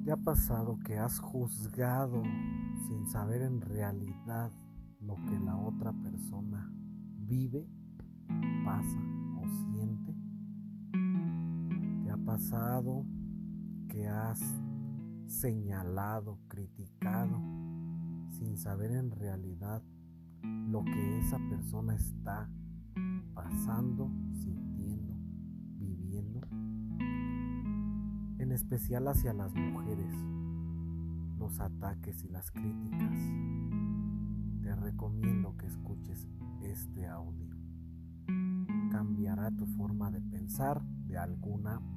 ¿Te ha pasado que has juzgado sin saber en realidad lo que la otra persona vive, pasa o siente? ¿Te ha pasado que has señalado, criticado sin saber en realidad lo que esa persona está pasando, sintiendo, viviendo? En especial hacia las mujeres, los ataques y las críticas. Te recomiendo que escuches este audio. Cambiará tu forma de pensar de alguna manera.